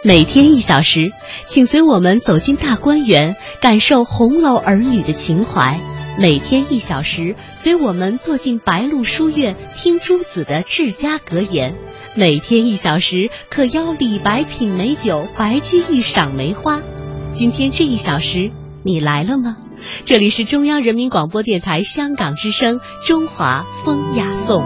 每天1小时，请随我们走进大观园，感受红楼儿女的情怀。每天1小时，随我们坐进白鹿书院，听朱子的治家格言。每天1小时，可邀李白品美酒，白居易赏梅花。今天这1小时，你来了吗？这里是中央人民广播电台香港之声中华风雅颂。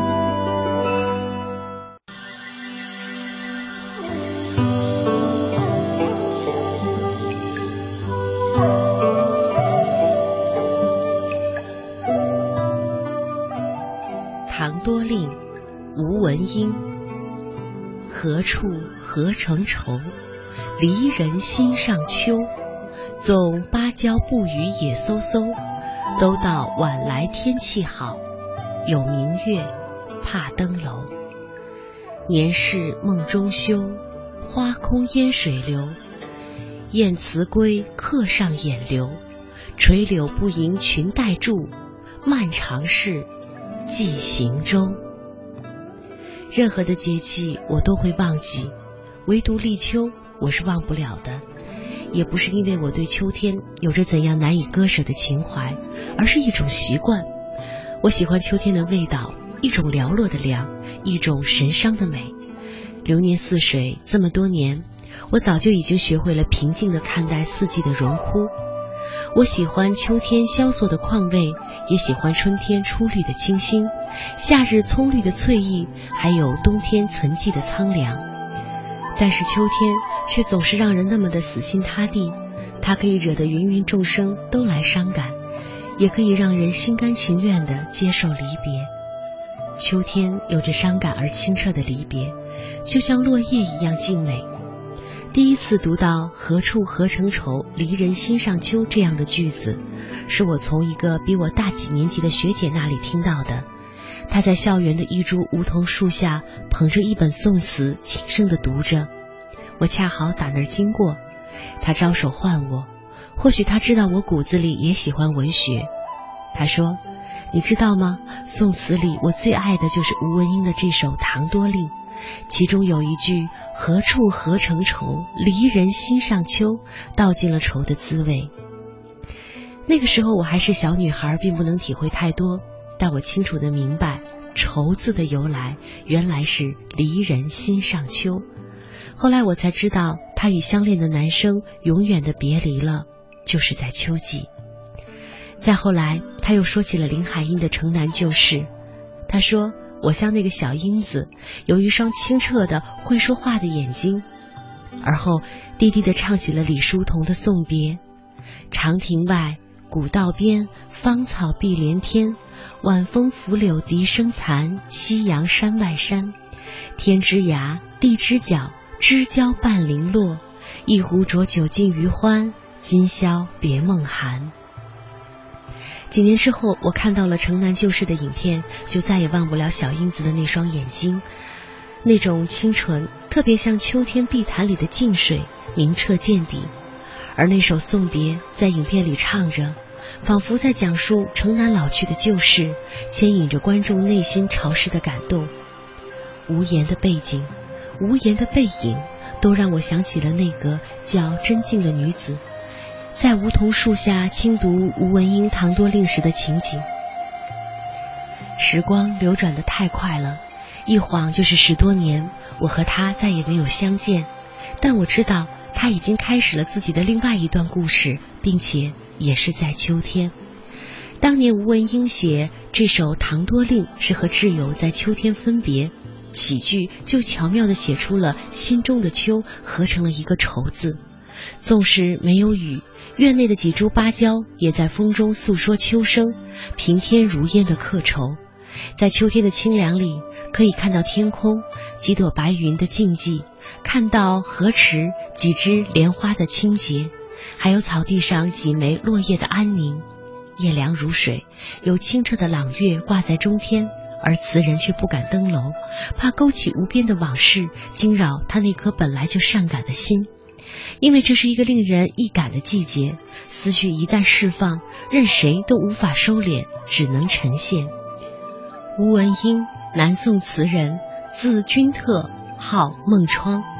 唐多令，吴文英。何处何成愁，离人心上秋。纵芭蕉不语野搜搜，都道晚来天气好。有明月，怕登楼。年事梦中休，花空烟水流。燕辞归，客上眼流。垂柳不迎裙带住，漫长事，寄行舟。任何的节气我都会忘记，唯独立秋我是忘不了的。也不是因为我对秋天有着怎样难以割舍的情怀，而是一种习惯。我喜欢秋天的味道，一种寥落的凉，一种神伤的美。流年似水，这么多年，我早就已经学会了平静地看待四季的荣枯。我喜欢秋天萧索的况味，也喜欢春天初绿的清新，夏日葱绿的翠意，还有冬天沉寂的苍凉。但是秋天却总是让人那么的死心塌地，它可以惹得芸芸众生都来伤感，也可以让人心甘情愿地接受离别。秋天有着伤感而清澈的离别，就像落叶一样静美。第一次读到何处何成愁，离人心上秋这样的句子，是我从一个比我大几年级的学姐那里听到的。她在校园的一株梧桐树下捧着一本宋词，轻声地读着。我恰好打那儿经过，她招手唤我，或许她知道我骨子里也喜欢文学。她说，你知道吗，宋词里我最爱的就是吴文英的这首《唐多令》，其中有一句何处何成愁，离人心上秋，道尽了愁的滋味。那个时候我还是小女孩，并不能体会太多，但我清楚地明白愁字的由来，原来是离人心上秋。后来我才知道，他与相恋的男生永远的别离了，就是在秋季。再后来他又说起了林海音的城南旧事，他说，我像那个小英子，有一双清澈的会说话的眼睛。而后低低地唱起了李叔同的送别。长亭外，古道边，芳草碧连天，晚风拂柳笛声残，夕阳山外山。天之涯，地之角，知交半零落。一壶浊酒尽余欢，今宵别梦寒。几年之后，我看到了城南旧事的影片，就再也忘不了小英子的那双眼睛，那种清纯，特别像秋天碧潭里的静水，明澈见底。而那首送别在影片里唱着，仿佛在讲述城南老去的旧事，牵引着观众内心潮湿的感动。无言的背景，无言的背影，都让我想起了那个叫甄静的女子在梧桐树下轻读吴文英《唐多令》时的情景。时光流转得太快了，一晃就是10多年，我和她再也没有相见，但我知道她已经开始了自己的另外一段故事，并且也是在秋天。当年吴文英写这首《唐多令》是和挚友在秋天分别，几句就巧妙地写出了心中的秋合成了一个愁字。纵使没有雨，院内的几株芭蕉也在风中诉说秋声，平添如烟的客愁。在秋天的清凉里，可以看到天空几朵白云的静寂，看到河池几枝莲花的清洁，还有草地上几枚落叶的安宁。夜凉如水，有清澈的朗月挂在中天，而词人却不敢登楼，怕勾起无边的往事，惊扰他那颗本来就善感的心。因为这是一个令人易感的季节，思绪一旦释放，任谁都无法收敛，只能呈现。吴文英，南宋词人，字君特，号孟窗。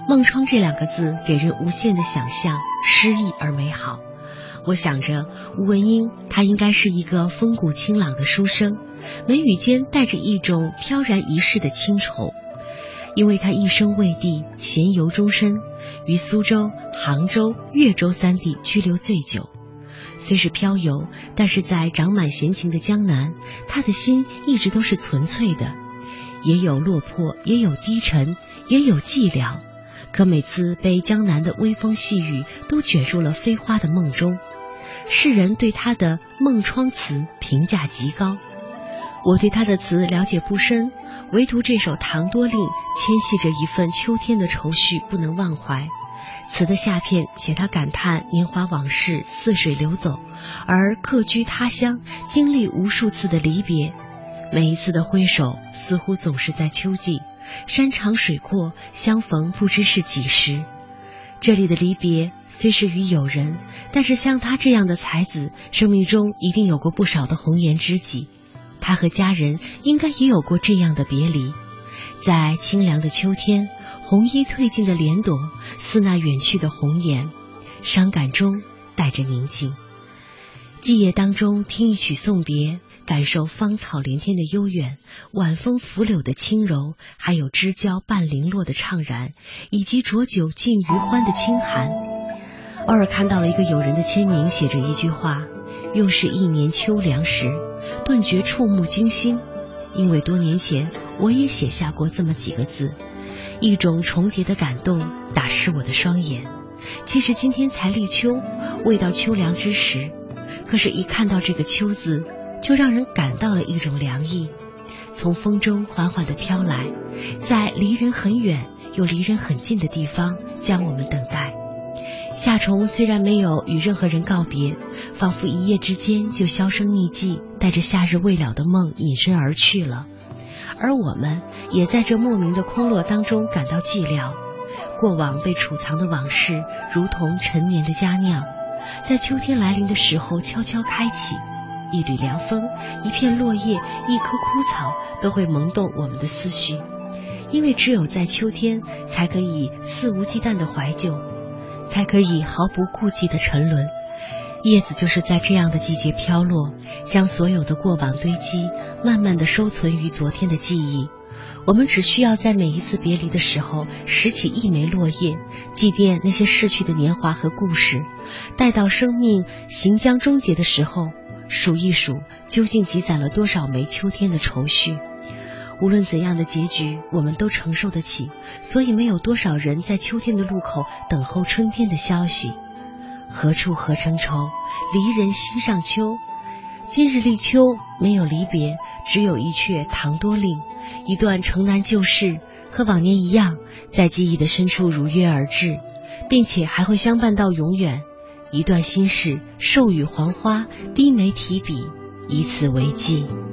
梦窗这2个字给人无限的想象，诗意而美好。我想着吴文英她应该是一个风骨清朗的书生，眉宇间带着一种飘然一世的清愁，因为他一生为地，闲游终身，于苏州、杭州、越州3地居留最久。虽是漂游，但是在长满闲情的江南，他的心一直都是纯粹的，也有落魄，也有低沉，也有寂寥，可每次被江南的微风细雨都卷入了飞花的梦中。世人对他的梦窗词评价极高，我对他的词了解不深，唯独这首《唐多令》牵系着一份秋天的愁绪不能忘怀。词的下片写他感叹年华往事似水流走，而客居他乡，经历无数次的离别，每一次的挥手似乎总是在秋季，山长水阔，相逢不知是几时。这里的离别虽是与友人，但是像他这样的才子，生命中一定有过不少的红颜知己，他和家人应该也有过这样的别离。在清凉的秋天，红衣褪尽的莲朵似那远去的红颜，伤感中带着宁静。季夜当中听一曲送别，感受芳草连天的悠远，晚风拂柳的轻柔，还有知交半零落的怅然，以及浊酒尽余欢的清寒。偶尔看到了一个友人的签名，写着一句话：又是一年秋凉时，顿觉触目惊心。因为多年前我也写下过这么几个字，一种重叠的感动打湿我的双眼。其实今天才立秋，未到秋凉之时，可是一看到这个秋字，就让人感到了一种凉意，从风中缓缓地飘来，在离人很远又离人很近的地方将我们等待。夏虫虽然没有与任何人告别，仿佛一夜之间就销声匿迹，带着夏日未了的梦隐身而去了。而我们也在这莫名的空落当中感到寂寥，过往被储藏的往事如同陈年的佳酿，在秋天来临的时候悄悄开启，一缕凉风，一片落叶，一棵枯草都会萌动我们的思绪。因为只有在秋天才可以肆无忌惮的怀旧，才可以毫不顾忌的沉沦。叶子就是在这样的季节飘落，将所有的过往堆积，慢慢的收存于昨天的记忆。我们只需要在每一次别离的时候拾起一枚落叶，祭奠那些逝去的年华和故事，待到生命行将终结的时候，数一数究竟积攒了多少枚秋天的愁绪。无论怎样的结局我们都承受得起，所以没有多少人在秋天的路口等候春天的消息。何处何成愁，离人心上秋。今日立秋，没有离别，只有一阙唐多令，一段城南旧事，和往年一样，在记忆的深处如约而至，并且还会相伴到永远。一段心事，授予黄花，低眉提笔，以此为记。